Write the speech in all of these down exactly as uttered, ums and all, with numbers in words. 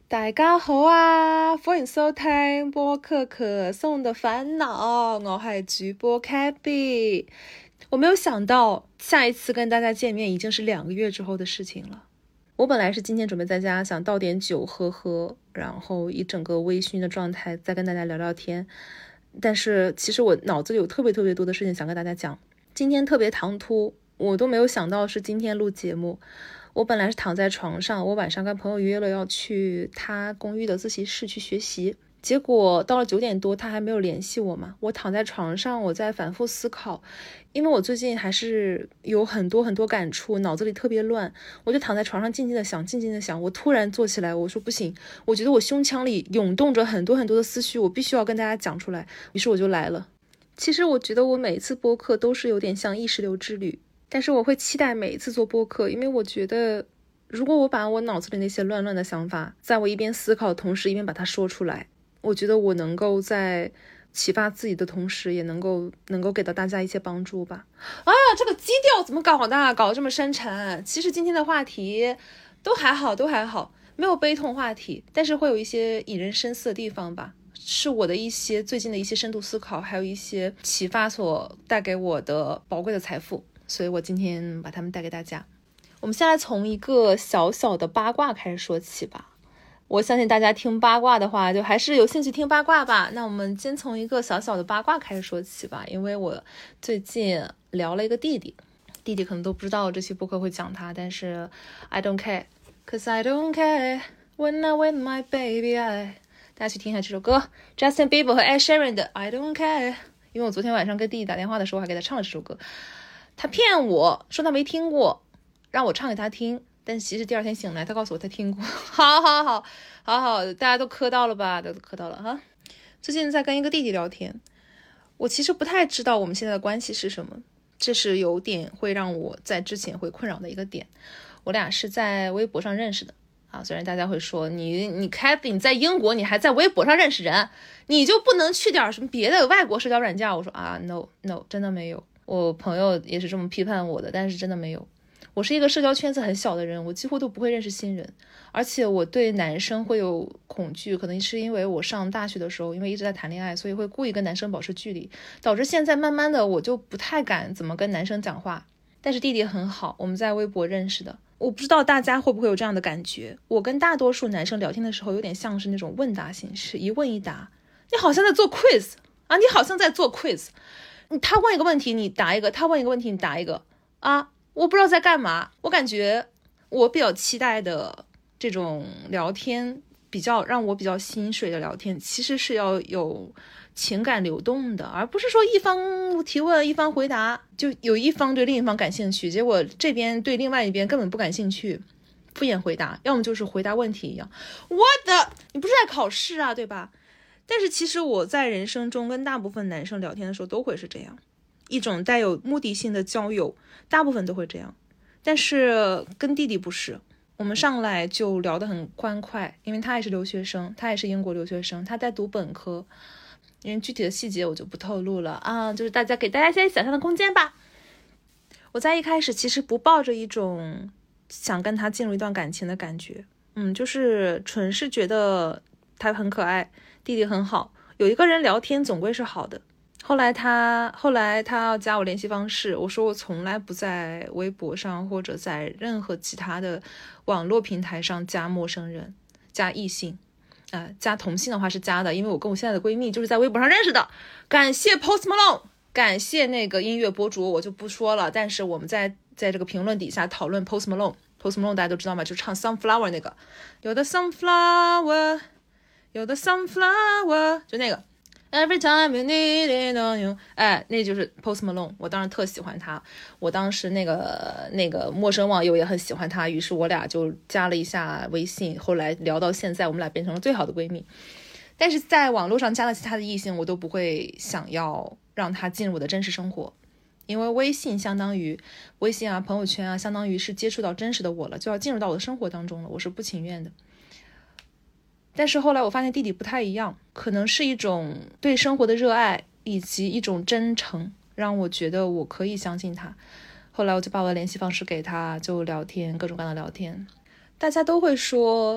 大家好啊，歡迎收聽播客可頌的煩惱，我係主播 Cabby。我沒有想到下一次跟大家見面已經是兩個月之後的事情了。我本來是今天準備在家想倒點酒喝喝，然後以整個微醺的狀態再跟大家聊聊天，但是其實我腦子裡有特別特別多的事情想跟大家講。今天特別唐突，我都沒有想到是今天錄節目。我本來是躺在床上，我晚上跟朋友約了要去他公寓的自習室去學習，結果到了九點多他還沒有聯繫我嘛。我躺在床上，我在反覆思考，因為我最近還是有很多很多感觸，腦子裡特別亂，我就躺在床上靜靜的想，靜靜的想。我突然坐起來，我說不行，我覺得我胸腔裡湧動着很多很多的思緒，我必須要跟大家講出來，於是我就來了。其實我覺得我每一次播客都是有點像意識流之旅，但是我會期待每一次做播客，因為我覺得如果我把我腦子裡那些亂亂的想法，在我一邊思考的同時一邊把它說出來，我覺得我能夠在啟發自己的同時也能夠能夠給到大家一些幫助吧。啊，這個基調怎麼搞的？搞得這麼深沉。其實今天的話題都還好，都還好，沒有悲痛話題，但是會有一些引人深思的地方吧，是我的一些最近的一些深度思考，還有一些啟發所帶給我的寶貴的財富，所以我今天把它們帶給大家。我們先來從一個小小的八卦開始說起吧。我相信大家聽八卦的話，就還是有興趣聽八卦吧。那我們先從一個小小的八卦開始說起吧。因為我最近聊了一個弟弟，弟弟可能都不知道這期播客會講他，但是 I don't care, cause I don't care when I with my baby I。 大家去聽一下這首歌 Justin Bieber 和 Ed Sheeran 的 I don't care。 因為我昨天晚上跟弟弟打電話的時候還給他唱了這首歌，他騙我說他沒聽過，讓我唱給他聽，但其實第二天醒來他告訴我他聽過。好好好好好，大家都磕到了吧？都磕到了哈。最近在跟一個弟弟聊天，我其實不太知道我們現在的關係是什麼，這是有點會讓我在之前會困擾的一個點。我倆是在微博上認識的啊，雖然大家會說你你 Kathy 你在英國你還在微博上認識人，你就不能去點什麼別的外國社交軟件？我說啊 no no 真的沒有，我朋友也是這麼批判我的，但是真的沒有。我是一個社交圈子很小的人，我幾乎都不會認識新人，而且我對男生會有恐懼，可能是因為我上大學的時候因為一直在談戀愛，所以會故意跟男生保持距離，導致現在慢慢的我就不太敢怎麼跟男生講話。但是弟弟很好，我們在微博認識的。我不知道大家會不會有這樣的感覺，我跟大多數男生聊天的時候有點像是那種問答形式，一問一答，你好像在做 quiz 啊，你好像在做 quiz， 他問一個問題你答一個，他問一個問題你答一個啊，我不知道在幹嘛。我感覺我比較期待的這種聊天，比較讓我比較心水的聊天，其實是要有情感流動的，而不是說一方提問一方回答，就有一方對另一方感興趣，結果這邊對另外一邊根本不感興趣，敷衍回答，要麼就是回答問題一樣。我的，你不是在考試啊，對吧？但是其實我在人生中跟大部分男生聊天的時候都會是這樣，一種帶有目的性的交友，大部分都會這樣。但是跟弟弟不是，我們上來就聊得很歡快，因為他也是留學生，他也是英國留學生，他在讀本科，因為具體的細節我就不透露了啊，就是大家給大家一些想象的空間吧。我在一開始其實不抱着一種想跟他進入一段感情的感覺，嗯，就是純是覺得他很可愛，弟弟很好，有一個人聊天總歸是好的。後來他後來他要加我聯繫方式，我說我從來不在微博上或者在任何其他的網絡平台上加陌生人，加異性。呃，加同性的話是加的，因為我跟我現在的閨蜜就是在微博上認識的。感謝 Post Malone， 感謝那個音樂博主，我就不說了。但是我們在在這個評論底下討論 Post Malone，Post Malone 大家都知道嗎？就唱 Sunflower 那個，有的 Sunflower， 有的 Sunflower， 就那個 Every time you need it on you， 哎，那就是 Post Malone， 我當時特喜歡他，我當時那個那個陌生網友也很喜歡他，於是我倆就加了一下微信，後來聊到現在，我們倆變成了最好的閨蜜。但是在網絡上加了其他的異性，我都不會想要讓他進入我的真實生活，因為微信相當於微信啊、朋友圈啊，相當於是接觸到真實的我了，就要進入到我的生活當中了，我是不情願的。但是後來我發現弟弟不太一樣，可能是一種對生活的熱愛以及一種真誠，讓我覺得我可以相信他。後來我就把我的聯繫方式給他，就聊天，各種各樣的聊天。大家都會說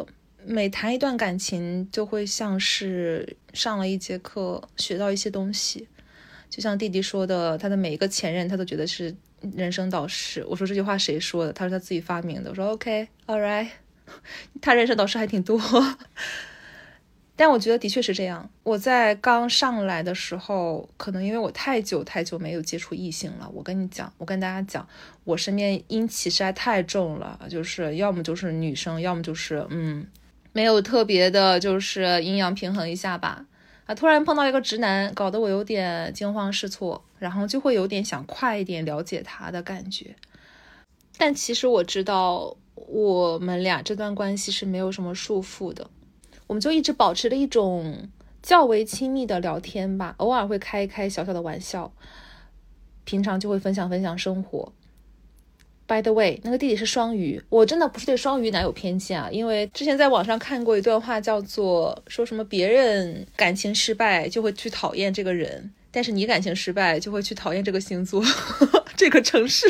每谈一段感情就会像是上了一节课，学到一些东西。就像弟弟说的，他的每一个前任他都觉得是人生导师。我说这句话谁说的？他说他自己发明的。我说 OK alright， 他人生导师还挺多。但我觉得的确是这样。我在刚上来的时候，可能因为我太久太久没有接触异性了，我跟你讲，我跟大家讲，我身边阴气实在太重了，就是要么就是女生，要么就是嗯，没有特别的就是阴阳平衡一下吧。啊，突然碰到一个直男，搞得我有点惊慌失措，然后就会有点想快一点了解他的感觉。但其实我知道我们俩这段关系是没有什么束缚的，我们就一直保持着一种较为亲密的聊天吧，偶尔会开一开小小的玩笑，平常就会分享分享生活。By the way， 那个弟弟是双鱼，我真的不是对双鱼男有偏见啊，因为之前在网上看过一段话，叫做说什么别人感情失败就会去讨厌这个人，但是你感情失败就会去讨厌这个星座这个城市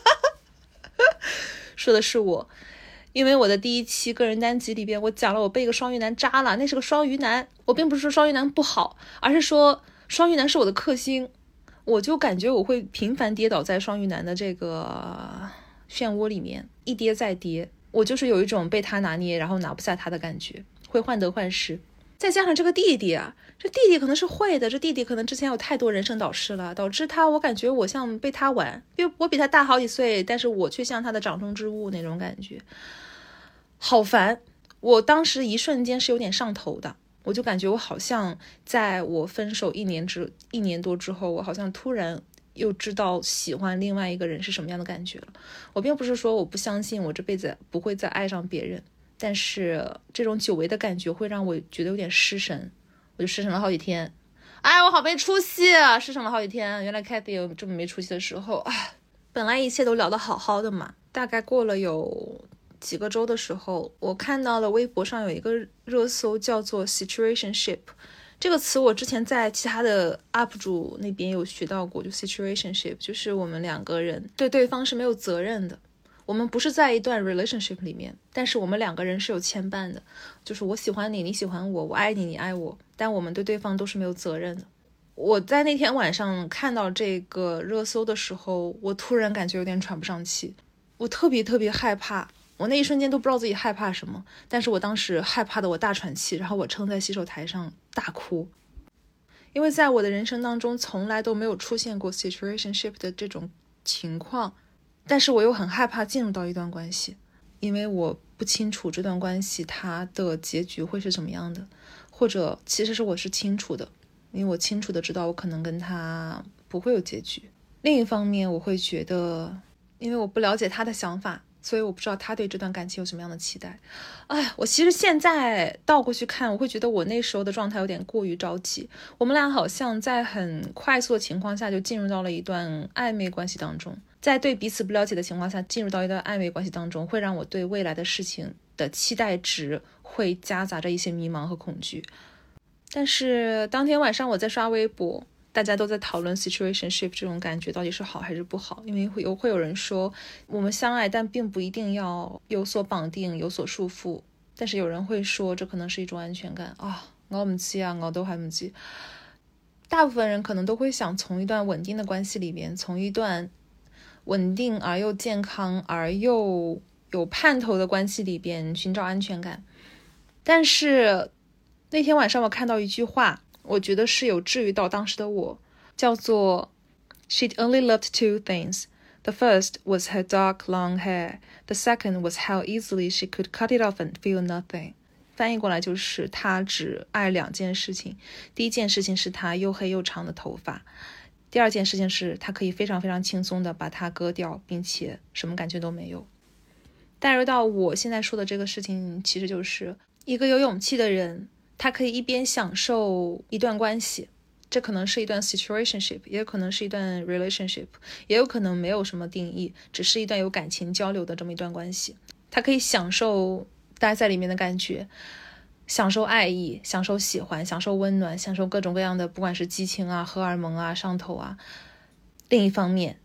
说的是我，因为我的第一期个人单集里边我讲了我被一个双鱼男渣了，那是个双鱼男，我并不是说双鱼男不好，而是说双鱼男是我的克星，我就感觉我会频繁跌倒在双鱼男的这个漩涡里面，一跌再跌，我就是有一种被他拿捏然后拿不下他的感觉，会患得患失。再加上这个弟弟啊，这弟弟可能是会的，这弟弟可能之前有太多人生导师了，导致他我感觉我像被他玩，因为我比他大好几岁，但是我却像他的掌中之物那种感觉，好烦。我当时一瞬间是有点上头的，我就感觉我好像在我分手一年之一年多之后，我好像突然又知道喜欢另外一个人是什么样的感觉了。我并不是说我不相信我这辈子不会再爱上别人，但是这种久违的感觉会让我觉得有点失神，我就失神了好几天。哎，我好没出息啊，失神了好几天。原来 Cathy 有这么没出息的时候。哎，本来一切都聊得好好的嘛，大概过了有几个周的时候，我看到了微博上有一个热搜叫做 situationship， 这个词我之前在其他的 U P 主那边有学到过，就 situationship 就是我们两个人对对方是没有责任的，我们不是在一段 relationship 里面，但是我们两个人是有牵绊的，就是我喜欢你，你喜欢我，我爱你，你爱我，但我们对对方都是没有责任的。我在那天晚上看到这个热搜的时候，我突然感觉有点喘不上气，我特别特别害怕，我那一瞬间都不知道自己害怕什么，但是我当时害怕的我大喘气，然后我撑在洗手台上大哭，因为在我的人生当中从来都没有出现过 situationship 的这种情况，但是我又很害怕进入到一段关系，因为我不清楚这段关系它的结局会是什么样的，或者其实是我是清楚的，因为我清楚的知道我可能跟他不会有结局。另一方面我会觉得，因为我不了解他的想法，所以我不知道他对这段感情有什么样的期待。哎，我其实现在倒过去看，我会觉得我那时候的状态有点过于着急，我们俩好像在很快速的情况下就进入到了一段暧昧关系当中，在对彼此不了解的情况下进入到一段暧昧关系当中，会让我对未来的事情的期待值会夹杂着一些迷茫和恐惧。但是当天晚上我在刷微博，大家都在讨论 situationship 这种感觉到底是好还是不好，因为会有会有人说我们相爱但并不一定要有所绑定有所束缚，但是有人会说这可能是一种安全感啊，我不知啊，我都还不知。大部分人可能都会想从一段稳定的关系里面，从一段稳定而又健康而又有盼头的关系里边寻找安全感。但是那天晚上我看到一句话，我觉得是有治愈到当时的我，叫做 She'd only loved two things. The first was her dark long hair. The second was how easily she could cut it off and feel nothing. 翻译过来就是她只爱两件事情，第一件事情是她又黑又长的头发，第二件事情是她可以非常非常轻松的把它割掉，并且什么感觉都没有。带入到我现在说的这个事情，其实就是一个有勇气的人，他可以一边享受一段关系，这可能是一段 situationship， 也有可能是一段 relationship， 也有可能没有什么定义，只是一段有感情交流的这么一段关系。他可以享受待在里面的感觉，享受爱意，享受喜欢，享受温暖，享受各种各样的不管是激情啊、荷尔蒙啊、上头啊。另一方面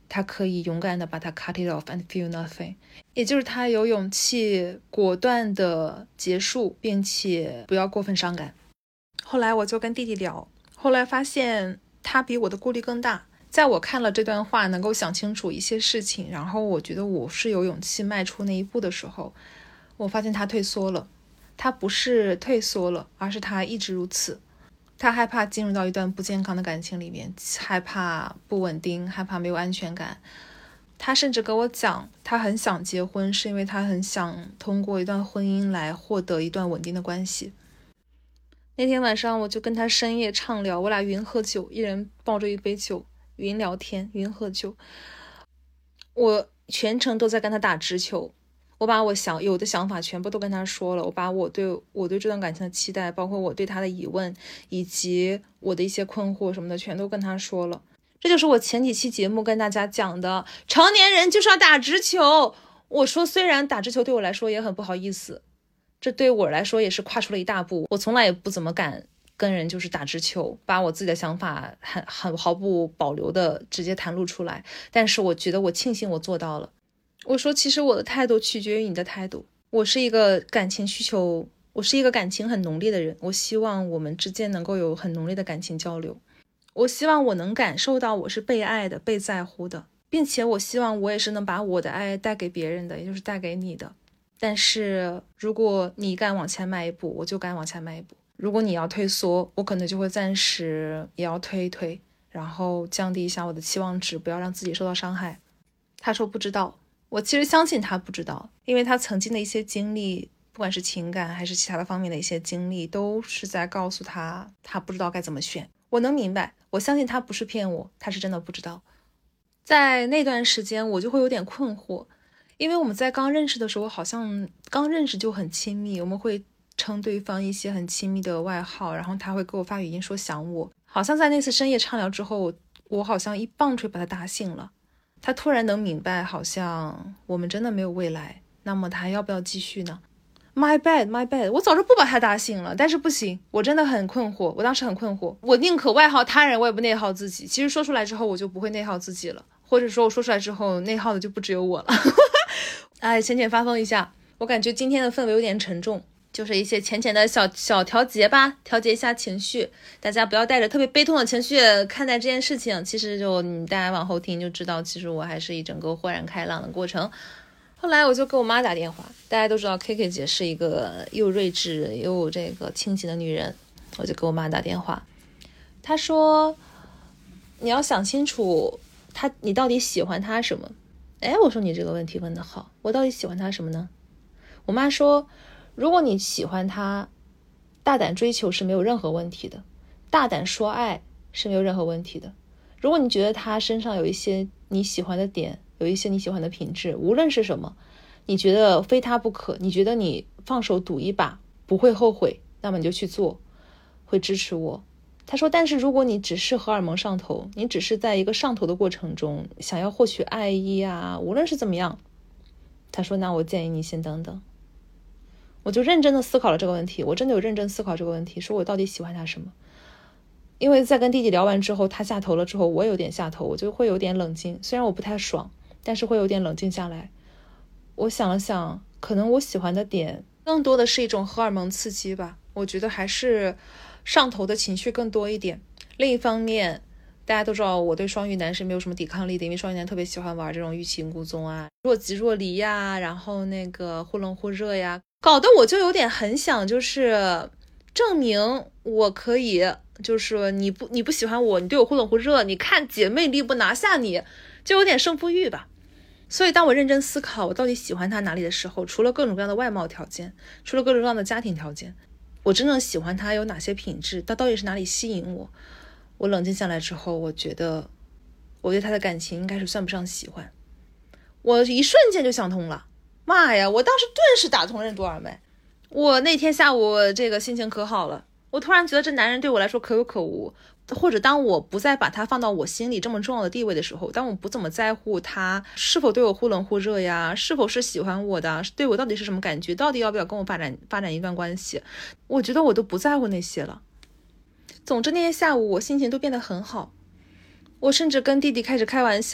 他可以勇敢的把它 cut it off and feel nothing， 也就是他有勇气果断的结束，并且不要过分伤感。后来我就跟弟弟聊，后来发现他比我的顾虑更大。在我看了这段话能够想清楚一些事情，然后我觉得我是有勇气迈出那一步的时候，我发现他退缩了。他不是退缩了，而是他一直如此。他害怕进入到一段不健康的感情里面，害怕不稳定，害怕没有安全感。他甚至跟我讲，他很想结婚，是因为他很想通过一段婚姻来获得一段稳定的关系。那天晚上我就跟他深夜畅聊，我俩云喝酒，一人抱着一杯酒，云聊天，云喝酒。我全程都在跟他打直球，我把我想有的想法全部都跟他说了，我把我对我对这段感情的期待，包括我对他的疑问，以及我的一些困惑什么的，全都跟他说了。这就是我前几期节目跟大家讲的，成年人就是要打直球。我说虽然打直球对我来说也很不好意思，这对我来说也是跨出了一大步。我从来也不怎么敢跟人就是打直球，把我自己的想法很很毫不保留的直接袒露出来，但是我觉得我庆幸我做到了。我说其实我的态度取决于你的态度，我是一个感情需求，我是一个感情很浓烈的人，我希望我们之间能够有很浓烈的感情交流，我希望我能感受到我是被爱的，被在乎的，并且我希望我也是能把我的爱带给别人的，也就是带给你的。但是如果你敢往前迈一步，我就敢往前迈一步，如果你要退缩，我可能就会暂时也要推一推，然后降低一下我的期望值，不要让自己受到伤害。他说不知道，我其实相信他不知道，因为他曾经的一些经历，不管是情感还是其他的方面的一些经历，都是在告诉他他不知道该怎么选。我能明白，我相信他不是骗我，他是真的不知道。在那段时间我就会有点困惑，因为我们在刚认识的时候好像刚认识就很亲密，我们会称对方一些很亲密的外号，然后他会给我发语音说想我。好像在那次深夜畅聊之后，我好像一棒槌把他打醒了，他突然能明白好像我们真的没有未来，那么他还要不要继续呢？ My bad my bad， 我早就不把他打醒了，但是不行，我真的很困惑，我当时很困惑，我宁可外耗他人，我也不内耗自己。其实说出来之后我就不会内耗自己了，或者说我说出来之后内耗的就不只有我了哎，浅浅发疯一下，我感觉今天的氛围有点沉重，就是一些浅浅的小小调节吧，调节一下情绪，大家不要带着特别悲痛的情绪看待这件事情。其实就你大家往后听就知道，其实我还是一整个豁然开朗的过程。后来我就给我妈打电话，大家都知道 K K 姐是一个又睿智又这个清醒的女人，我就给我妈打电话，她说你要想清楚她你到底喜欢她什么。哎，我说你这个问题问得好，我到底喜欢她什么呢？我妈说如果你喜欢他，大胆追求是没有任何问题的，大胆说爱是没有任何问题的。如果你觉得他身上有一些你喜欢的点，有一些你喜欢的品质，无论是什么，你觉得非他不可，你觉得你放手赌一把不会后悔，那么你就去做，会支持我。他说但是如果你只是荷尔蒙上头，你只是在一个上头的过程中想要获取爱意啊，无论是怎么样，他说那我建议你先等等。我就认真的思考了这个问题，我真的有认真思考这个问题，说我到底喜欢他什么。因为在跟弟弟聊完之后，他下头了之后，我也有点下头，我就会有点冷静，虽然我不太爽，但是会有点冷静下来。我想了想，可能我喜欢的点更多的是一种荷尔蒙刺激吧，我觉得还是上头的情绪更多一点。另一方面，大家都知道我对双鱼男是没有什么抵抗力的，因为双鱼男特别喜欢玩这种欲擒故纵啊，若即若离呀，然后那个忽冷忽热呀，搞得我就有点很想就是证明我可以，就是你不你不喜欢我，你对我忽冷忽热，你看姐妹力不拿下你，就有点胜负欲吧。所以当我认真思考我到底喜欢他哪里的时候，除了各种各样的外貌条件，除了各种各样的家庭条件，我真正喜欢他有哪些品质，他到底是哪里吸引我。我冷静下来之后，我觉得我对他的感情应该是算不上喜欢。我一瞬间就想通了，妈呀，我当时顿时打通任督二脉。我那天下午这个心情可好了，我突然觉得这男人对我来说可有可无，或者当我不再把他放到我心里这么重要的地位的时候，当我不怎么在乎他是否对我忽冷忽热呀，是否是喜欢我的，对我到底是什么感觉，到底要不要跟我发展发展一段关系，我觉得我都不在乎那些了。总之那天下午我心情都变得很好，我甚至跟弟弟开始开玩笑，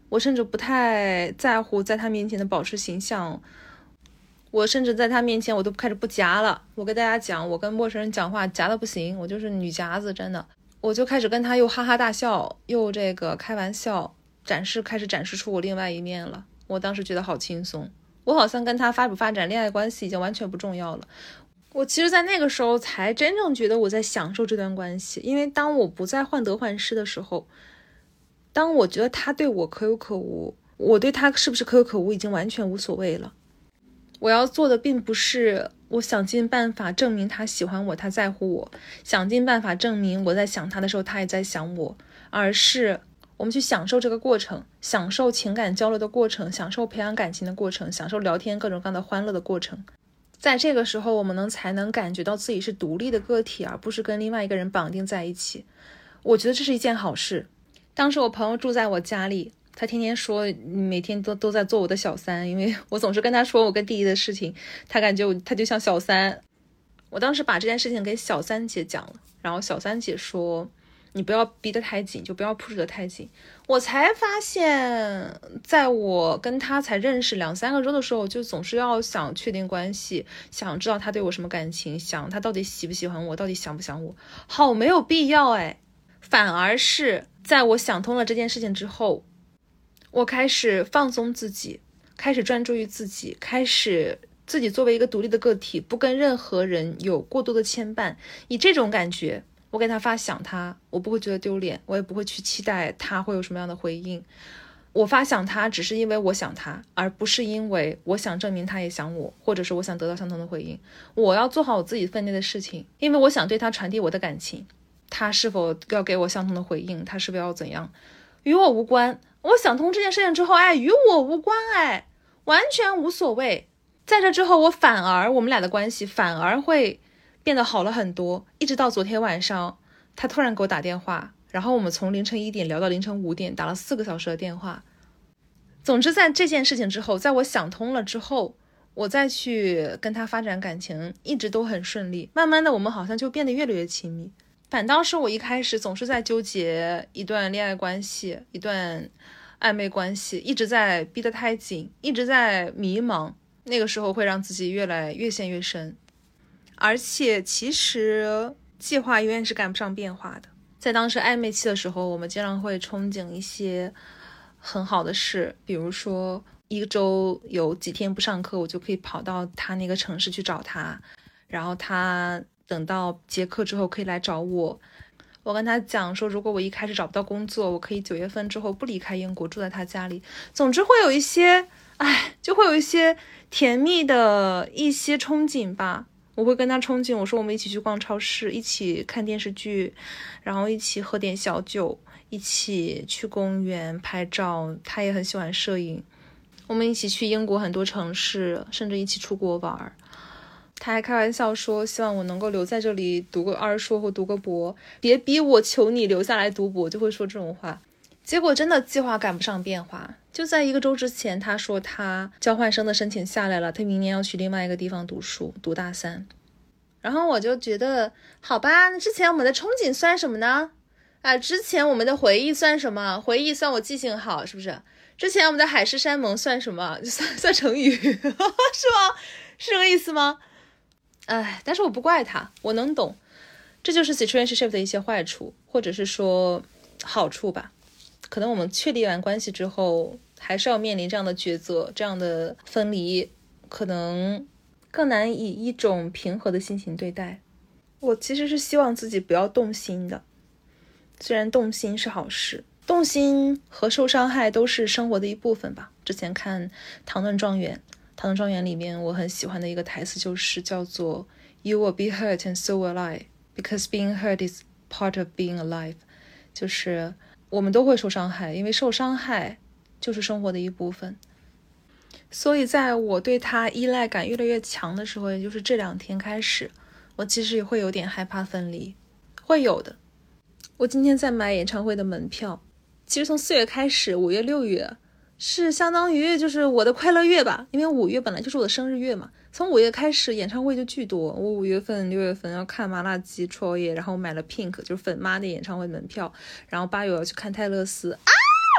我甚至不太在乎在他面前的保持形象，我甚至在他面前我都开始不夹了。我跟大家讲，我跟陌生人讲话夹的不行，我就是女夹子，真的。我就开始跟他又哈哈大笑，又这个开玩笑，展示开始展示出我另外一面了。我当时觉得好轻松，我好像跟他发不发展恋爱关系已经完全不重要了。我其实在那个时候才真正觉得我在享受这段关系，因为当我不再患得患失的时候，当我觉得他对我可有可无，我对他是不是可有可无已经完全无所谓了。我要做的并不是我想尽办法证明他喜欢我，他在乎我，想尽办法证明我在想他的时候他也在想我，而是我们去享受这个过程，享受情感交流的过程，享受培养感情的过程，享受聊天各种各样的欢乐的过程。在这个时候我们能才能感觉到自己是独立的个体，而不是跟另外一个人绑定在一起。我觉得这是一件好事。当时我朋友住在我家里，他天天说每天都都在做我的小三，因为我总是跟他说我跟弟弟的事情，他感觉我他就像小三。我当时把这件事情给小三姐讲了，然后小三姐说你不要逼得太紧，就不要 push 得太紧。我才发现在我跟他才认识两三个周的时候，就总是要想确定关系，想知道他对我什么感情，想他到底喜不喜欢我，到底想不想我，好没有必要哎。反而是在我想通了这件事情之后，我开始放松自己，开始专注于自己，开始自己作为一个独立的个体，不跟任何人有过多的牵绊。以这种感觉，我给他发想他，我不会觉得丢脸，我也不会去期待他会有什么样的回应。我发想他只是因为我想他，而不是因为我想证明他也想我，或者是我想得到相同的回应。我要做好我自己分内的事情，因为我想对他传递我的感情，他是否要给我相同的回应，他是否要怎样，与我无关。我想通这件事情之后，哎，与我无关，哎，完全无所谓。在这之后，我反而我们俩的关系反而会变得好了很多。一直到昨天晚上，他突然给我打电话，然后我们从凌晨一点聊到凌晨五点，打了四个小时的电话。总之在这件事情之后，在我想通了之后，我再去跟他发展感情一直都很顺利，慢慢的我们好像就变得越来越亲密。反倒是我一开始总是在纠结一段恋爱关系，一段暧昧关系，一直在逼得太紧，一直在迷茫，那个时候会让自己越来越陷越深。而且其实计划永远是赶不上变化的。在当时暧昧期的时候，我们经常会憧憬一些很好的事，比如说一个周有几天不上课，我就可以跑到他那个城市去找他，然后他等到结课之后可以来找我。我跟他讲说，如果我一开始找不到工作，我可以九月份之后不离开英国，住在他家里。总之会有一些哎，就会有一些甜蜜的一些憧憬吧。我会跟他憧憬，我说我们一起去逛超市，一起看电视剧，然后一起喝点小酒，一起去公园拍照，他也很喜欢摄影。我们一起去英国很多城市，甚至一起出国玩。他还开玩笑说希望我能够留在这里读个二硕或读个博，别逼我，求你留下来读博，就会说这种话。结果真的计划赶不上变化，就在一个周之前，他说他交换生的申请下来了，他明年要去另外一个地方读书，读大三。然后我就觉得好吧，那之前我们的憧憬算什么呢？啊，之前我们的回忆算什么？回忆算我记性好，是不是？之前我们的海誓山盟算什么？就算算成语是吗？是这个意思吗？哎，但是我不怪他，我能懂，这就是 situationship 的一些坏处，或者是说好处吧。可能我们确立完关系之后，还是要面临这样的抉择，这样的分离，可能更难以一种平和的心情对待。我其实是希望自己不要动心的，虽然动心是好事，动心和受伤害都是生活的一部分吧。之前看《唐顿庄园》，《唐顿庄园》里面我很喜欢的一个台词就是叫做 You will be hurt and so will I, because being hurt is part of being alive。 就是我们都会受伤害，因为受伤害就是生活的一部分。所以在我对他依赖感越来越强的时候，也就是这两天开始，我其实也会有点害怕分离，会有的。我今天在买演唱会的门票，其实从四月开始，五月六月是相当于就是我的快乐月吧，因为五月本来就是我的生日月嘛。从五月开始演唱会就巨多，我五月份六月份要看麻辣鸡 Troye， 然后买了 Pink 就是粉妈的演唱会门票，然后八月我要去看泰勒斯啊，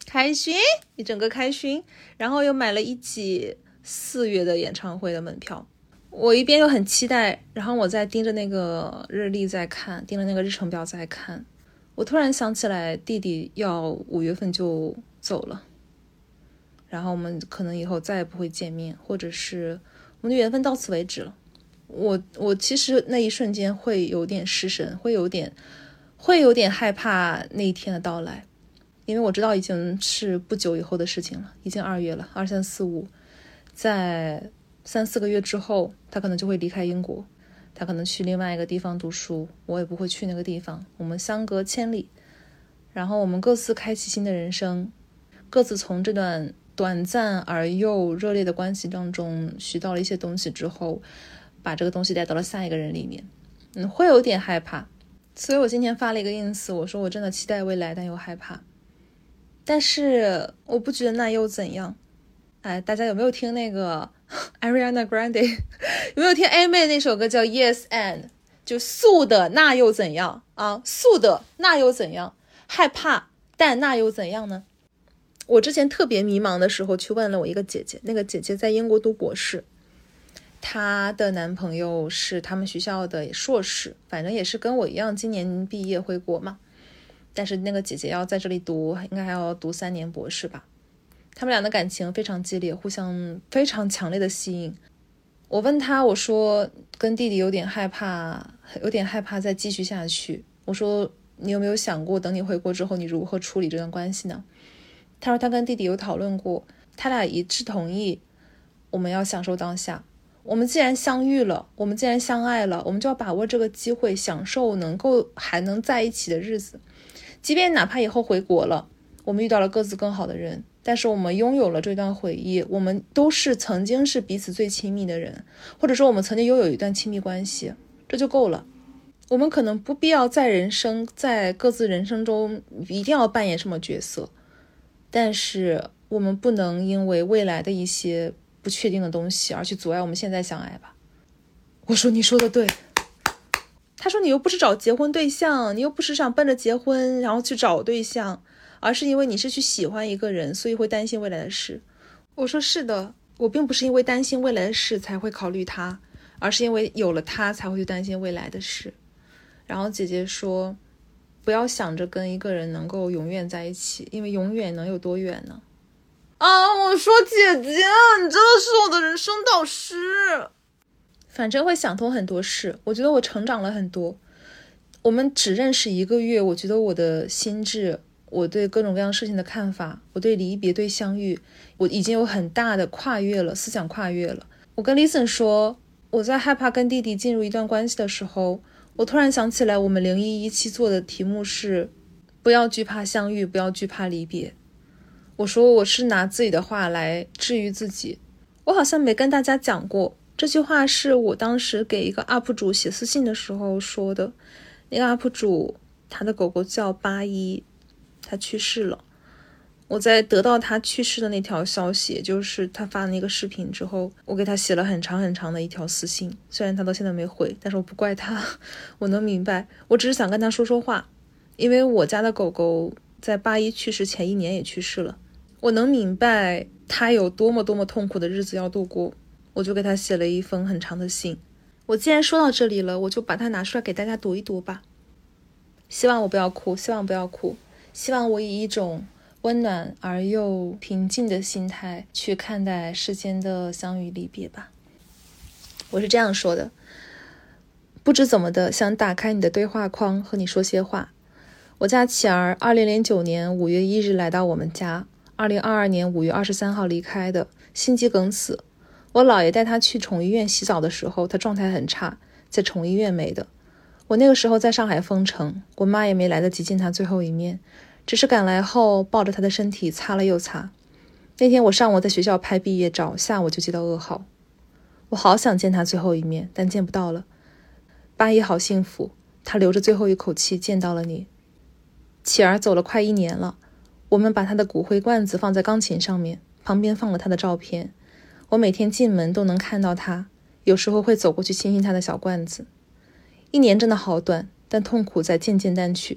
开心，一整个开心。然后又买了一集四月的演唱会的门票，我一边又很期待，然后我在盯着那个日历在看，盯着那个日程表在看。我突然想起来弟弟要五月份就走了，然后我们可能以后再也不会见面，或者是我们的缘分到此为止了。我我其实那一瞬间会有点失神，会有点会有点害怕那一天的到来，因为我知道已经是不久以后的事情了，已经二月了，二三四五，在三四个月之后，他可能就会离开英国，他可能去另外一个地方读书，我也不会去那个地方，我们相隔千里，然后我们各自开启新的人生，各自从这段短暂而又热烈的关系当中学到了一些东西之后，把这个东西带到了下一个人里面，嗯，会有点害怕。所以我今天发了一个 ins， 我说我真的期待未来，但又害怕。但是我不觉得那又怎样。哎，大家有没有听那个 Ariana Grande 有没有听 A 妹那首歌叫 Yes and， 就素的那又怎样啊？素的那又怎样？害怕，但那又怎样呢？我之前特别迷茫的时候去问了我一个姐姐，那个姐姐在英国读博士，她的男朋友是他们学校的硕士，反正也是跟我一样今年毕业回国嘛，但是那个姐姐要在这里读，应该还要读三年博士吧。他们俩的感情非常激烈，互相非常强烈的吸引。我问她，我说跟弟弟有点害怕，有点害怕再继续下去，我说你有没有想过等你回国之后你如何处理这段关系呢？他说他跟弟弟有讨论过，他俩一致同意我们要享受当下，我们既然相遇了，我们既然相爱了，我们就要把握这个机会，享受能够还能在一起的日子。即便哪怕以后回国了，我们遇到了各自更好的人，但是我们拥有了这段回忆，我们都是曾经是彼此最亲密的人，或者说我们曾经拥有一段亲密关系，这就够了。我们可能不必要在人生在各自人生中一定要扮演什么角色，但是我们不能因为未来的一些不确定的东西而去阻碍我们现在相爱吧。我说你说的对。他说你又不是找结婚对象，你又不是想奔着结婚然后去找对象，而是因为你是去喜欢一个人，所以会担心未来的事。我说是的，我并不是因为担心未来的事才会考虑他，而是因为有了他才会去担心未来的事。然后姐姐说不要想着跟一个人能够永远在一起，因为永远能有多远呢？啊，我说姐姐，你真的是我的人生导师。反正会想通很多事，我觉得我成长了很多。我们只认识一个月，我觉得我的心智，我对各种各样事情的看法，我对离别对相遇，我已经有很大的跨越了，思想跨越了。我跟 Listen 说，我在害怕跟弟弟进入一段关系的时候，我突然想起来我们零一一期做的题目是不要惧怕相遇，不要惧怕离别。我说我是拿自己的话来治愈自己。我好像没跟大家讲过，这句话是我当时给一个 U P 主写私信的时候说的。那个 U P 主他的狗狗叫八一，他去世了。我在得到他去世的那条消息，也就是他发的那个视频之后，我给他写了很长很长的一条私信，虽然他到现在没回，但是我不怪他，我能明白，我只是想跟他说说话。因为我家的狗狗在八一去世前一年也去世了，我能明白他有多么多么痛苦的日子要度过，我就给他写了一封很长的信。我既然说到这里了，我就把它拿出来给大家读一读吧。希望我不要哭，希望不要哭，希望我以一种温暖而又平静的心态去看待世间的相遇离别吧。我是这样说的，不知怎么的想打开你的对话框和你说些话。我家琪儿二零零九年五月一日来到我们家，二零二二年五月二十三号离开的，心肌梗死。我姥爷带他去宠物医院洗澡的时候，他状态很差，在宠物医院没的。我那个时候在上海封城，我妈也没来得及见他最后一面，只是赶来后抱着他的身体擦了又擦。那天我上午在学校拍毕业照，下午就接到噩耗。我好想见他最后一面，但见不到了。八一好幸福，他留着最后一口气见到了你。启儿走了快一年了，我们把他的骨灰罐子放在钢琴上面，旁边放了他的照片。我每天进门都能看到他，有时候会走过去亲亲他的小罐子。一年真的好短，但痛苦在渐渐淡去。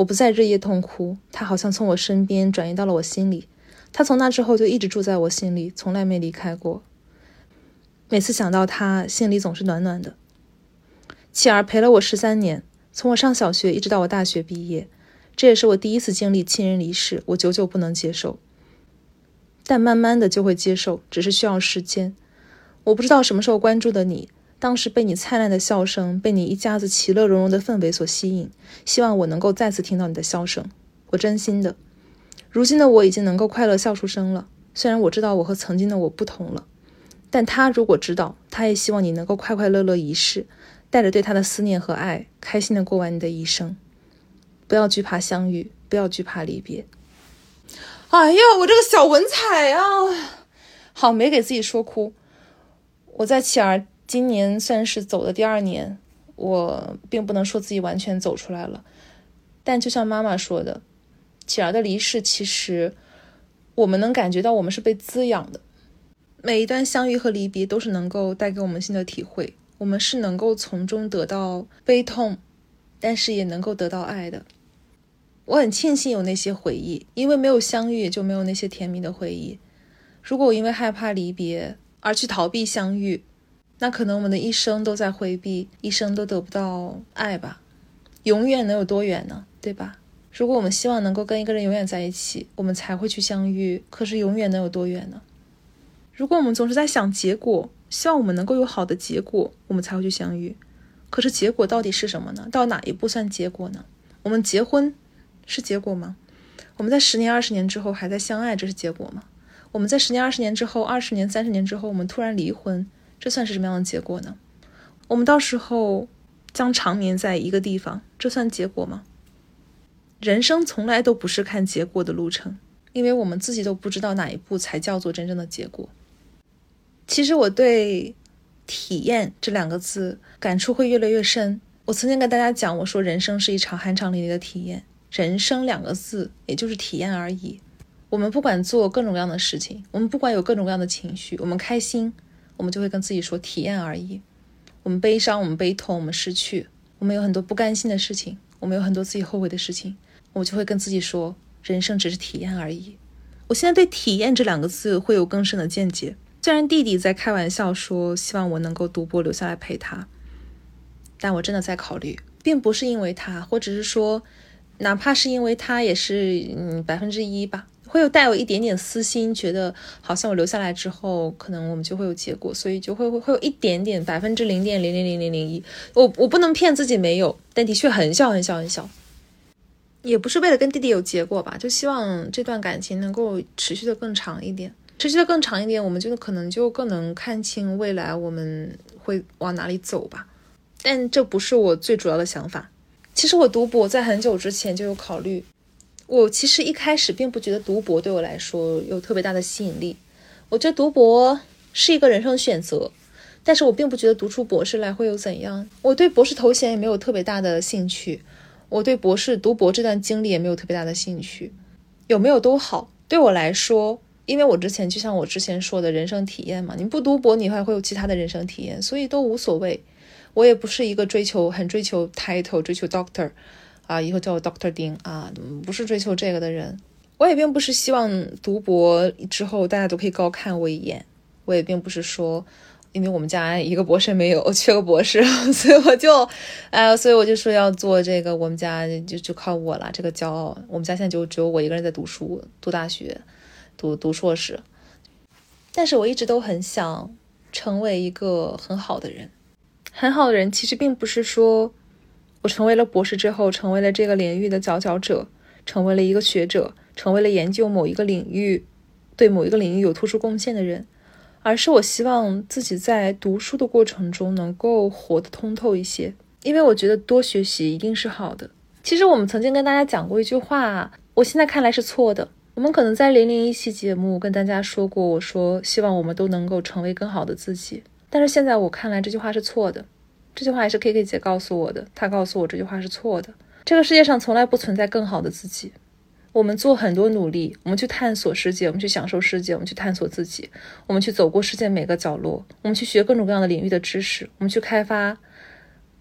我不再日夜痛哭，他好像从我身边转移到了我心里，他从那之后就一直住在我心里，从来没离开过。每次想到他，心里总是暖暖的。启儿陪了我十三年，从我上小学一直到我大学毕业，这也是我第一次经历亲人离世，我久久不能接受。但慢慢的就会接受，只是需要时间。我不知道什么时候关注的你，当时被你灿烂的笑声，被你一家子其乐融融的氛围所吸引，希望我能够再次听到你的笑声，我真心的。如今的我已经能够快乐笑出声了，虽然我知道我和曾经的我不同了，但他如果知道，他也希望你能够快快乐乐一世，带着对他的思念和爱，开心的过完你的一生。不要惧怕相遇，不要惧怕离别。哎呀，我这个小文采啊！好，没给自己说哭。我在启儿今年算是走的第二年，我并不能说自己完全走出来了，但就像妈妈说的，启儿的离世，其实我们能感觉到我们是被滋养的。每一段相遇和离别都是能够带给我们新的体会，我们是能够从中得到悲痛，但是也能够得到爱的。我很庆幸有那些回忆，因为没有相遇，也就没有那些甜蜜的回忆。如果我因为害怕离别而去逃避相遇，那可能我们的一生都在回避，一生都得不到爱吧。永远能有多远呢？对吧？如果我们希望能够跟一个人永远在一起，我们才会去相遇，可是永远能有多远呢？如果我们总是在想结果，希望我们能够有好的结果，我们才会去相遇，可是结果到底是什么呢？到哪一步算结果呢？我们结婚是结果吗？我们在十年二十年之后还在相爱，这是结果吗？我们在十年二十年之后，二十年三十年之后，我们突然离婚，这算是什么样的结果呢？我们到时候将长眠在一个地方，这算结果吗？人生从来都不是看结果的路程，因为我们自己都不知道哪一步才叫做真正的结果。其实我对体验这两个字感触会越来越深。我曾经跟大家讲，我说人生是一场酣畅淋漓的体验，人生两个字也就是体验而已。我们不管做各种各样的事情，我们不管有各种各样的情绪，我们开心，我们就会跟自己说体验而已。我们悲伤，我们悲痛，我们失去，我们有很多不甘心的事情，我们有很多自己后悔的事情，我就会跟自己说人生只是体验而已。我现在对体验这两个字会有更深的见解。虽然弟弟在开玩笑说希望我能够读博留下来陪他，但我真的在考虑，并不是因为他，或者是说哪怕是因为他也是嗯百分之一吧，会有带有一点点私心，觉得好像我留下来之后可能我们就会有结果，所以就会会有一点点百分之零点零零零零零一，我我不能骗自己没有，但的确很小很小很小。也不是为了跟弟弟有结果吧，就希望这段感情能够持续的更长一点，持续的更长一点，我们就可能就更能看清未来我们会往哪里走吧。但这不是我最主要的想法。其实我读博在很久之前就有考虑，我其实一开始并不觉得读博对我来说有特别大的吸引力，我觉得读博是一个人生选择，但是我并不觉得读出博士来会有怎样。我对博士头衔也没有特别大的兴趣，我对博士读博这段经历也没有特别大的兴趣，有没有都好。对我来说，因为我之前就像我之前说的人生体验嘛，你不读博你还会有其他的人生体验，所以都无所谓。我也不是一个追求很追求 title 追求 doctor 啊，以后叫我 doctor 丁啊，不是追求这个的人。我也并不是希望读博之后大家都可以高看我一眼，我也并不是说因为我们家一个博士没有，缺个博士，所以我就呃，所以我就说要做这个，我们家就就靠我了，这个骄傲。我们家现在就只有我一个人在读书，读大学，读读硕士。但是我一直都很想成为一个很好的人。很好的人其实并不是说我成为了博士之后成为了这个领域的佼佼者，成为了一个学者，成为了研究某一个领域对某一个领域有突出贡献的人，而是我希望自己在读书的过程中能够活得通透一些，因为我觉得多学习一定是好的。其实我们曾经跟大家讲过一句话，我现在看来是错的。我们可能在零零一期节目跟大家说过，我说希望我们都能够成为更好的自己，但是现在我看来这句话是错的。这句话也是 K K 姐告诉我的，她告诉我这句话是错的。这个世界上从来不存在更好的自己，我们做很多努力，我们去探索世界，我们去享受世界，我们去探索自己，我们去走过世界每个角落，我们去学各种各样的领域的知识，我们去开发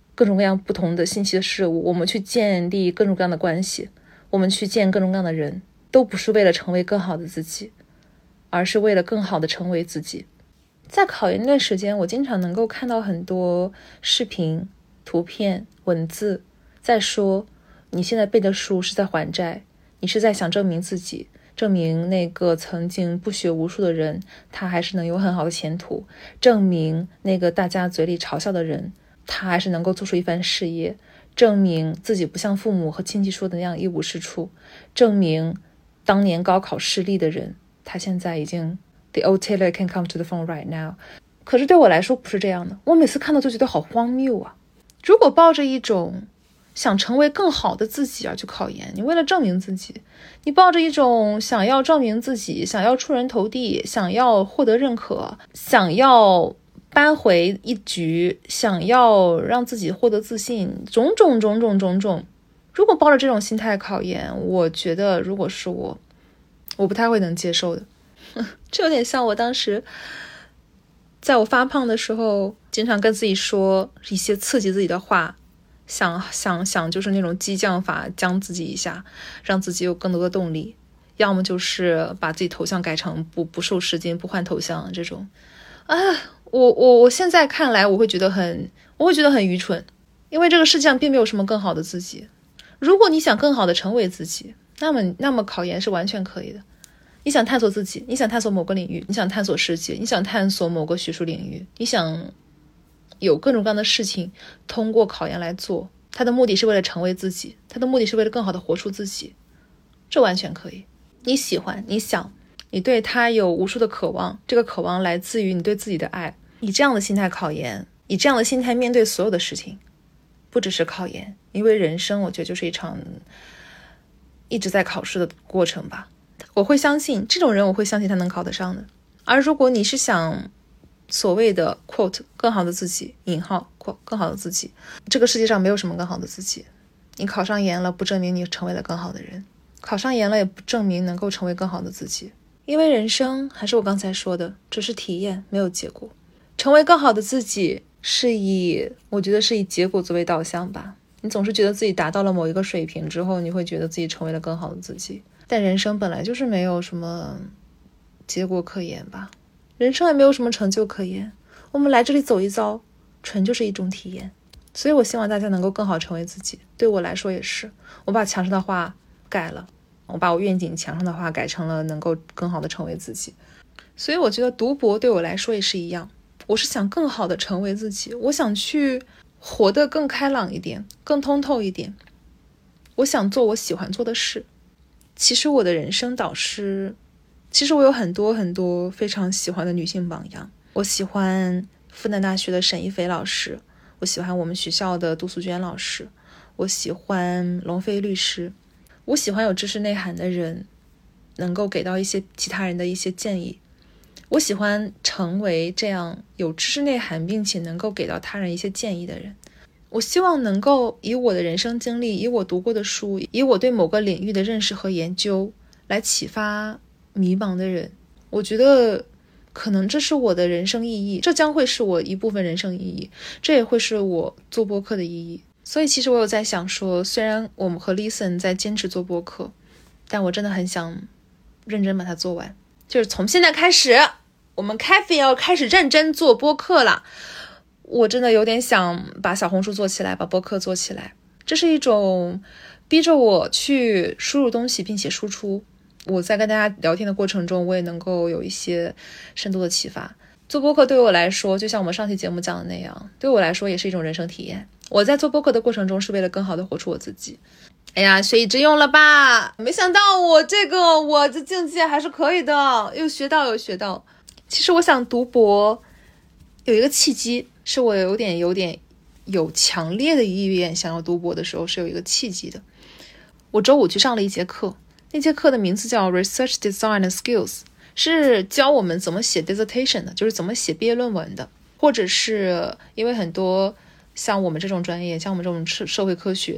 各种各样不同的信息的事物，我们去建立各种各样的关系，我们去见各种各样的人，都不是为了成为更好的自己，而是为了更好的成为自己。在考研那段时间，我经常能够看到很多视频、图片、文字在说，你现在背的书是在还债，你是在想证明自己，证明那个曾经不学无术的人他还是能有很好的前途，证明那个大家嘴里嘲笑的人他还是能够做出一番事业，证明自己不像父母和亲戚说的那样一无是处，证明当年高考失利的人他现在已经 The old Taylor can come to the phone right now。 可是对我来说不是这样的，我每次看到就觉得好荒谬啊！如果抱着一种想成为更好的自己而去考研，你为了证明自己，你抱着一种想要证明自己，想要出人头地，想要获得认可，想要扳回一局，想要让自己获得自信，种种种种种种，如果抱着这种心态考研，我觉得如果是我我不太会能接受的。这有点像我当时在我发胖的时候经常跟自己说一些刺激自己的话，想想想就是那种激将法，将自己一下，让自己有更多的动力，要么就是把自己头像改成不不受时间不换头像这种啊，我我我现在看来我会觉得很我会觉得很愚蠢，因为这个世界上并没有什么更好的自己。如果你想更好的成为自己，那么那么考研是完全可以的。你想探索自己，你想探索某个领域，你想探索世界，你想探索某个学术领域，你想有各种各样的事情通过考研来做，它的目的是为了成为自己，它的目的是为了更好的活出自己，这完全可以。你喜欢，你想，你对它有无数的渴望，这个渴望来自于你对自己的爱，以这样的心态考研，以这样的心态面对所有的事情，不只是考研，因为人生我觉得就是一场一直在考试的过程吧。我会相信这种人，我会相信他能考得上的。而如果你是想所谓的 quote 更好的自己，引号 quote 更好的自己，这个世界上没有什么更好的自己。你考上研了不证明你成为了更好的人，考上研了也不证明能够成为更好的自己。因为人生还是我刚才说的，只是体验，没有结果。成为更好的自己是以我觉得是以结果作为导向吧。你总是觉得自己达到了某一个水平之后，你会觉得自己成为了更好的自己，但人生本来就是没有什么结果可言吧，人生也没有什么成就可言，我们来这里走一遭，纯就是一种体验。所以我希望大家能够更好成为自己，对我来说也是。我把墙上的话改了，我把我愿景墙上的话改成了能够更好的成为自己。所以我觉得读博对我来说也是一样，我是想更好的成为自己，我想去活得更开朗一点，更通透一点，我想做我喜欢做的事。其实我的人生导师，其实我有很多很多非常喜欢的女性榜样。我喜欢复旦大学的沈一菲老师，我喜欢我们学校的杜素娟老师，我喜欢龙飞律师，我喜欢有知识内涵的人，能够给到一些其他人的一些建议。我喜欢成为这样有知识内涵并且能够给到他人一些建议的人。我希望能够以我的人生经历，以我读过的书，以我对某个领域的认识和研究来启发迷茫的人。我觉得可能这是我的人生意义，这将会是我一部分人生意义，这也会是我做播客的意义。所以其实我有在想说，虽然我们和 Listen 在坚持做播客，但我真的很想认真把它做完。就是从现在开始，我们 Cafe 要开始认真做播客了。我真的有点想把小红书做起来，把播客做起来，这是一种逼着我去输入东西并且输出。我在跟大家聊天的过程中，我也能够有一些深度的启发。做播客对我来说，就像我们上期节目讲的那样，对我来说也是一种人生体验。我在做播客的过程中，是为了更好的活出我自己。哎呀，学以致用了吧？没想到我这个我的境界还是可以的，又学到又学到。其实我想读博有一个契机，是我有点有点有强烈的意愿想要读博的时候，是有一个契机的。我周五去上了一节课，那节课的名字叫 Research Design and Skills， 是教我们怎么写 dissertation 的，就是怎么写毕业论文的。或者是因为很多像我们这种专业，像我们这种社会科学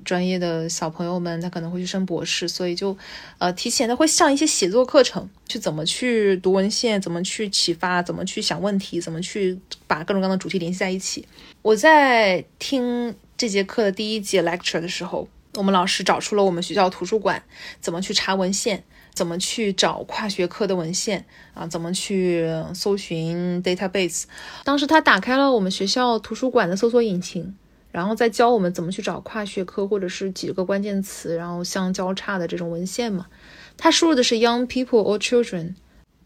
专业的小朋友们他可能会去升博士，所以就呃提前的会上一些写作课程，去怎么去读文献，怎么去启发，怎么去想问题，怎么去把各种各样的主题联系在一起。我在听这节课的第一节 lecture 的时候，我们老师找出了我们学校图书馆怎么去查文献，怎么去找跨学科的文献啊，怎么去搜寻 database。 当时他打开了我们学校图书馆的搜索引擎，然后再教我们怎么去找跨学科或者是几个关键词然后相交叉的这种文献嘛。他输入的是 young people or children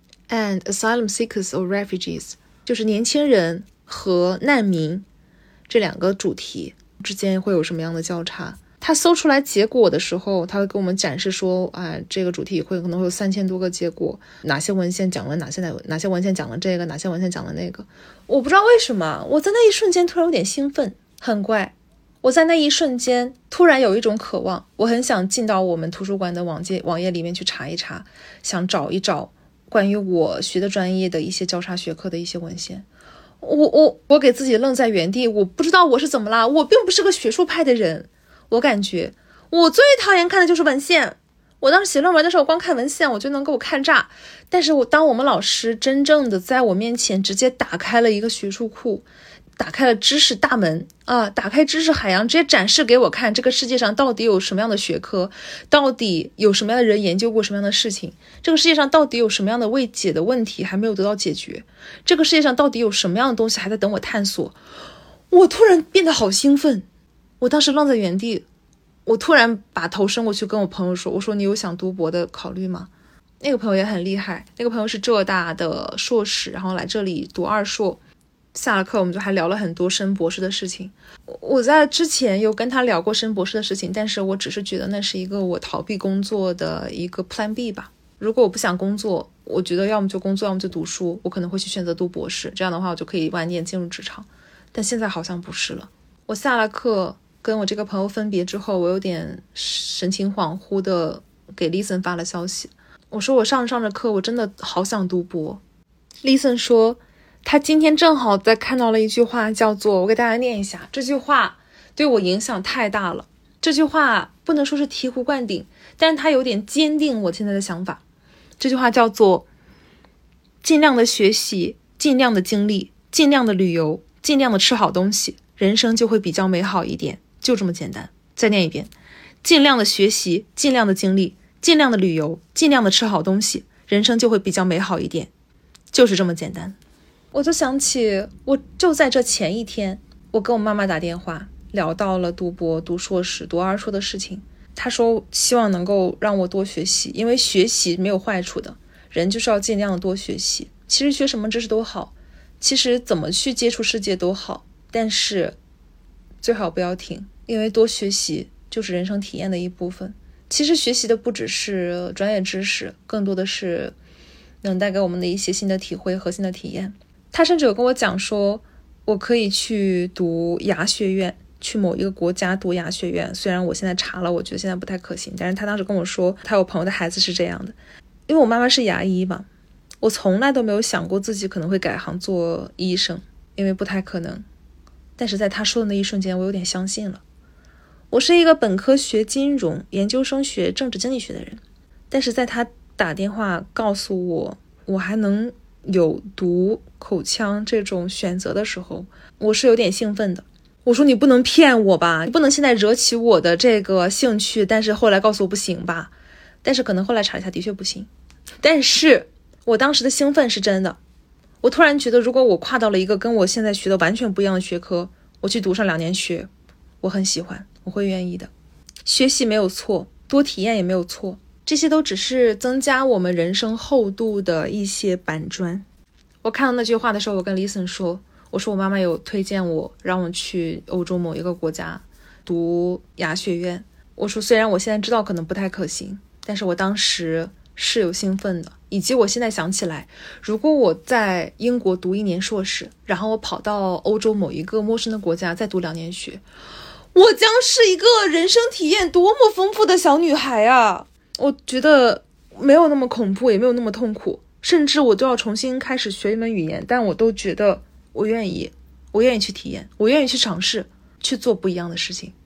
and asylum seekers or refugees， 就是年轻人和难民这两个主题之间会有什么样的交叉。他搜出来结果的时候，他会给我们展示说啊，这个主题会可能会有三千多个结果，哪些文献讲了哪些哪些文献讲了这个，哪些文献讲了那个。我不知道为什么我在那一瞬间突然有点兴奋，很怪，我在那一瞬间突然有一种渴望，我很想进到我们图书馆的网页网页里面去查一查，想找一找关于我学的专业的一些交叉学科的一些文献。我我我给自己愣在原地，我不知道我是怎么啦，我并不是个学术派的人。我感觉我最讨厌看的就是文献，我当时写论文的时候光看文献我就能给我看炸，但是我当我们老师真正的在我面前直接打开了一个学术库，打开了知识大门啊，打开知识海洋，直接展示给我看这个世界上到底有什么样的学科，到底有什么样的人研究过什么样的事情，这个世界上到底有什么样的未解的问题还没有得到解决，这个世界上到底有什么样的东西还在等我探索。我突然变得好兴奋，我当时愣在原地，我突然把头伸过去跟我朋友说，我说你有想读博的考虑吗？那个朋友也很厉害，那个朋友是浙大的硕士，然后来这里读二硕，下了课我们就还聊了很多升博士的事情。我在之前有跟他聊过升博士的事情，但是我只是觉得那是一个我逃避工作的一个 plan B 吧。如果我不想工作，我觉得要么就工作要么就读书，我可能会去选择读博士，这样的话我就可以晚点进入职场。但现在好像不是了。我下了课跟我这个朋友分别之后，我有点神情恍惚的给 Listen 发了消息，我说我上着上着课我真的好想读博。 Listen 说他今天正好在看到了一句话，叫做，我给大家念一下，这句话对我影响太大了，这句话不能说是醍醐灌顶，但是它有点坚定我现在的想法。这句话叫做尽量的学习，尽量的经历，尽量的旅游，尽量的吃好东西，人生就会比较美好一点，就这么简单。再念一遍，尽量的学习，尽量的经历，尽量的旅游，尽量的吃好东西，人生就会比较美好一点，就是这么简单。我就想起我就在这前一天，我跟我妈妈打电话聊到了读博、读硕士、读二硕的事情。她说希望能够让我多学习，因为学习没有坏处的，人就是要尽量的多学习。其实学什么知识都好，其实怎么去接触世界都好，但是最好不要停，因为多学习就是人生体验的一部分。其实学习的不只是专业知识，更多的是能带给我们的一些新的体会和新的体验。他甚至有跟我讲说，我可以去读牙学院，去某一个国家读牙学院，虽然我现在查了，我觉得现在不太可行，但是他当时跟我说他有朋友的孩子是这样的。因为我妈妈是牙医嘛，我从来都没有想过自己可能会改行做医生，因为不太可能。但是在他说的那一瞬间，我有点相信了。我是一个本科学金融，研究生学政治经济学的人，但是在他打电话告诉我我还能有读口腔这种选择的时候，我是有点兴奋的。我说你不能骗我吧，你不能现在惹起我的这个兴趣，但是后来告诉我不行吧。但是可能后来查一下的确不行，但是我当时的兴奋是真的。我突然觉得如果我跨到了一个跟我现在学的完全不一样的学科，我去读上两年学，我很喜欢，我会愿意的。学习没有错，多体验也没有错，这些都只是增加我们人生厚度的一些板砖。我看到那句话的时候，我跟 Listen 说，我说我妈妈有推荐我让我去欧洲某一个国家读牙学院。我说虽然我现在知道可能不太可行，但是我当时是有兴奋的。以及我现在想起来，如果我在英国读一年硕士，然后我跑到欧洲某一个陌生的国家再读两年学，我将是一个人生体验多么丰富的小女孩啊！我觉得没有那么恐怖，也没有那么痛苦，甚至我都要重新开始学一门语言，但我都觉得我愿意，我愿意去体验，我愿意去尝试，去做不一样的事情。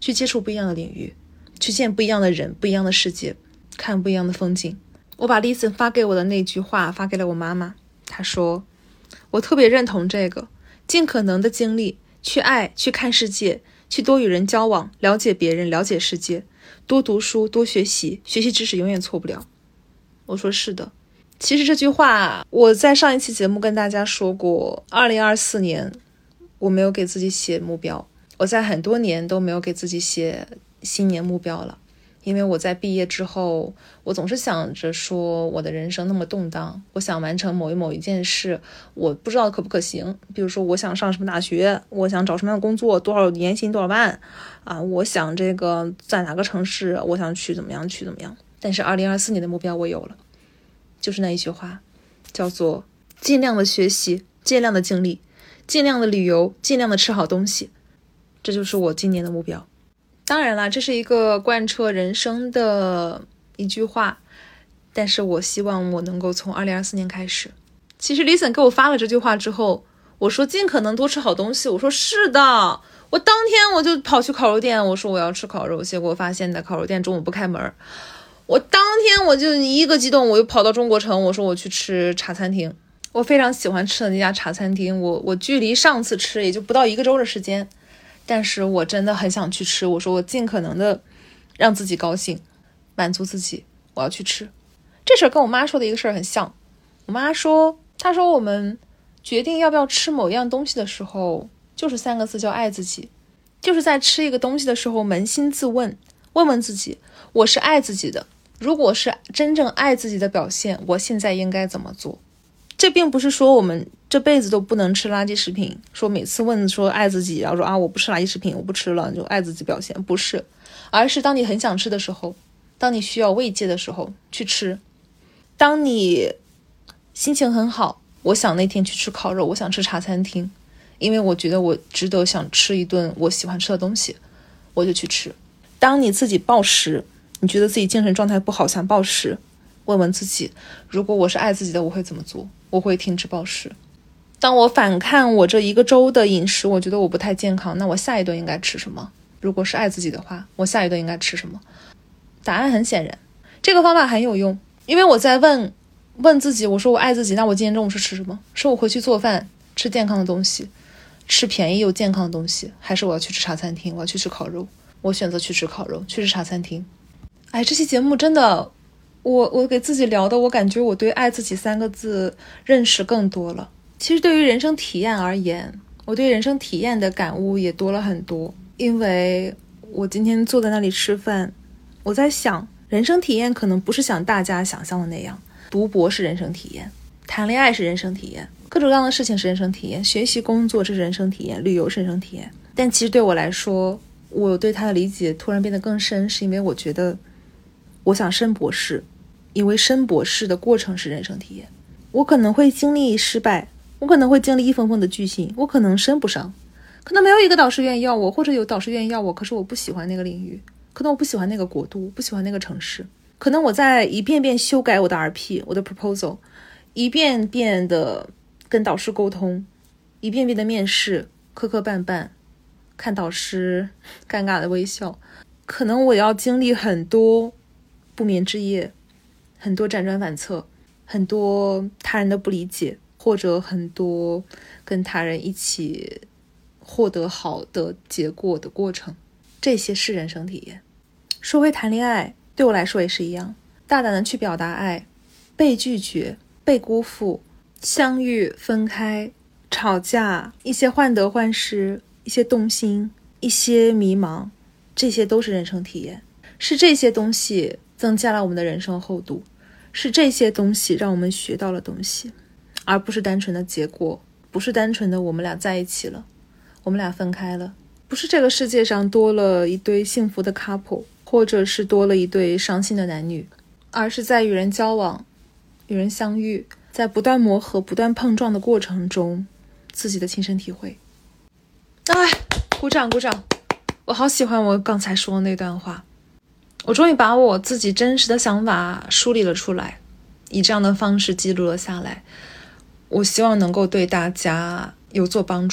去接触不一样的领域，去见不一样的人，不一样的世界，看不一样的风景。我把 Listen 发给我的那句话发给了我妈妈，她说我特别认同这个，尽可能的经历，去爱，去看世界，去多与人交往，了解别人，了解世界，多读书，多学习，学习知识永远错不了。我说是的。其实这句话我在上一期节目跟大家说过，二零二四年我没有给自己写目标，我在很多年都没有给自己写新年目标了。因为我在毕业之后，我总是想着说我的人生那么动荡，我想完成某一某一件事，我不知道可不可行。比如说我想上什么大学，我想找什么样的工作，多少年薪多少万啊，我想这个在哪个城市，我想去怎么样去怎么样。但是二零二四年的目标我有了，就是那一句话，叫做尽量的学习，尽量的经历，尽量的旅游，尽量的吃好东西，这就是我今年的目标。当然啦，这是一个贯彻人生的一句话，但是我希望我能够从二零二四年开始。其实 Listen 给我发了这句话之后，我说尽可能多吃好东西，我说是的，我当天我就跑去烤肉店，我说我要吃烤肉，结果发现的烤肉店中午不开门，我当天我就一个激动，我又跑到中国城，我说我去吃茶餐厅，我非常喜欢吃的那家茶餐厅，我我距离上次吃也就不到一个周的时间，但是我真的很想去吃，我说我尽可能的让自己高兴，满足自己，我要去吃。这事儿跟我妈说的一个事儿很像，我妈说，她说我们决定要不要吃某样东西的时候，就是三个字，叫爱自己。就是在吃一个东西的时候，扪心自问，问问自己，我是爱自己的，如果是真正爱自己的表现，我现在应该怎么做？这并不是说我们这辈子都不能吃垃圾食品，说每次问说爱自己，然后说啊我不吃垃圾食品，我不吃了，就爱自己表现，不是，而是当你很想吃的时候，当你需要慰藉的时候去吃，当你心情很好，我想那天去吃烤肉，我想吃茶餐厅，因为我觉得我值得想吃一顿我喜欢吃的东西，我就去吃。当你自己暴食，你觉得自己精神状态不好想暴食，问问自己，如果我是爱自己的，我会怎么做？我会停止暴食。当我反看我这一个周的饮食，我觉得我不太健康，那我下一顿应该吃什么？如果是爱自己的话，我下一顿应该吃什么？答案很显然，这个方法很有用，因为我在问问自己，我说我爱自己，那我今天中午是吃什么？是我回去做饭吃健康的东西，吃便宜又健康的东西，还是我要去吃茶餐厅，我要去吃烤肉？我选择去吃烤肉，去吃茶餐厅。哎，这期节目真的，我我给自己聊的，我感觉我对爱自己三个字认识更多了。其实对于人生体验而言，我对人生体验的感悟也多了很多。因为我今天坐在那里吃饭，我在想，人生体验可能不是像大家想象的那样，读博是人生体验，谈恋爱是人生体验，各种各样的事情是人生体验，学习工作这是人生体验，旅游是人生体验。但其实对我来说，我对它的理解突然变得更深，是因为我觉得我想升博士，因为升博士的过程是人生体验。我可能会经历失败，我可能会经历一封封的拒信，我可能升不上，可能没有一个导师愿意要我，或者有导师愿意要我，可是我不喜欢那个领域，可能我不喜欢那个国度，不喜欢那个城市，可能我在一遍遍修改我的 R P， 我的 proposal， 一遍遍的跟导师沟通，一遍遍的面试，磕磕绊绊，看导师尴尬的微笑，可能我要经历很多不眠之夜，很多辗转反侧，很多他人的不理解，或者很多跟他人一起获得好的结果的过程，这些是人生体验。说回谈恋爱，对我来说也是一样，大胆的去表达爱，被拒绝，被辜负，相遇分开，吵架，一些患得患失，一些动心，一些迷茫，这些都是人生体验。是这些东西增加了我们的人生厚度，是这些东西让我们学到了东西，而不是单纯的结果，不是单纯的我们俩在一起了，我们俩分开了，不是这个世界上多了一对幸福的 couple， 或者是多了一对伤心的男女，而是在与人交往，与人相遇，在不断磨合不断碰撞的过程中自己的亲身体会。哎，鼓掌鼓掌，我好喜欢我刚才说的那段话，我终于把我自己真实的想法梳理了出来，以这样的方式记录了下来，我希望能够对大家有所帮助。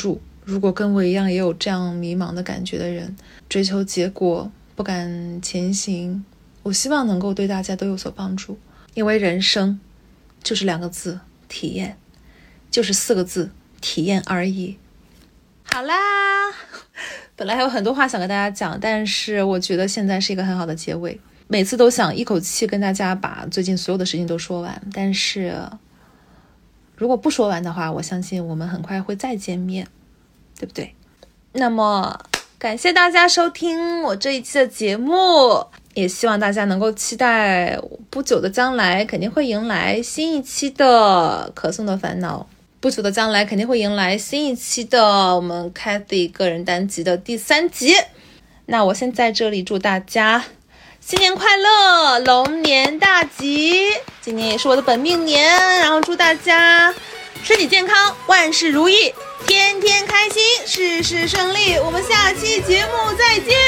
如果跟我一样也有这样迷茫的感觉的人，追求结果不敢前行，我希望能够对大家都有所帮助。因为人生就是两个字，体验，就是四个字，体验而已。好啦，本来还有很多话想跟大家讲，但是我觉得现在是一个很好的结尾。每次都想一口气跟大家把最近所有的事情都说完，但是如果不说完的话，我相信我们很快会再见面，对不对？那么感谢大家收听我这一期的节目，也希望大家能够期待不久的将来肯定会迎来新一期的可颂的烦恼，不久的将来肯定会迎来新一期的我们 Cathy 个人单集的第三集。那我先在这里祝大家新年快乐，龙年大吉，今年也是我的本命年，然后祝大家身体健康，万事如意，天天开心，事事顺利。我们下期节目再见。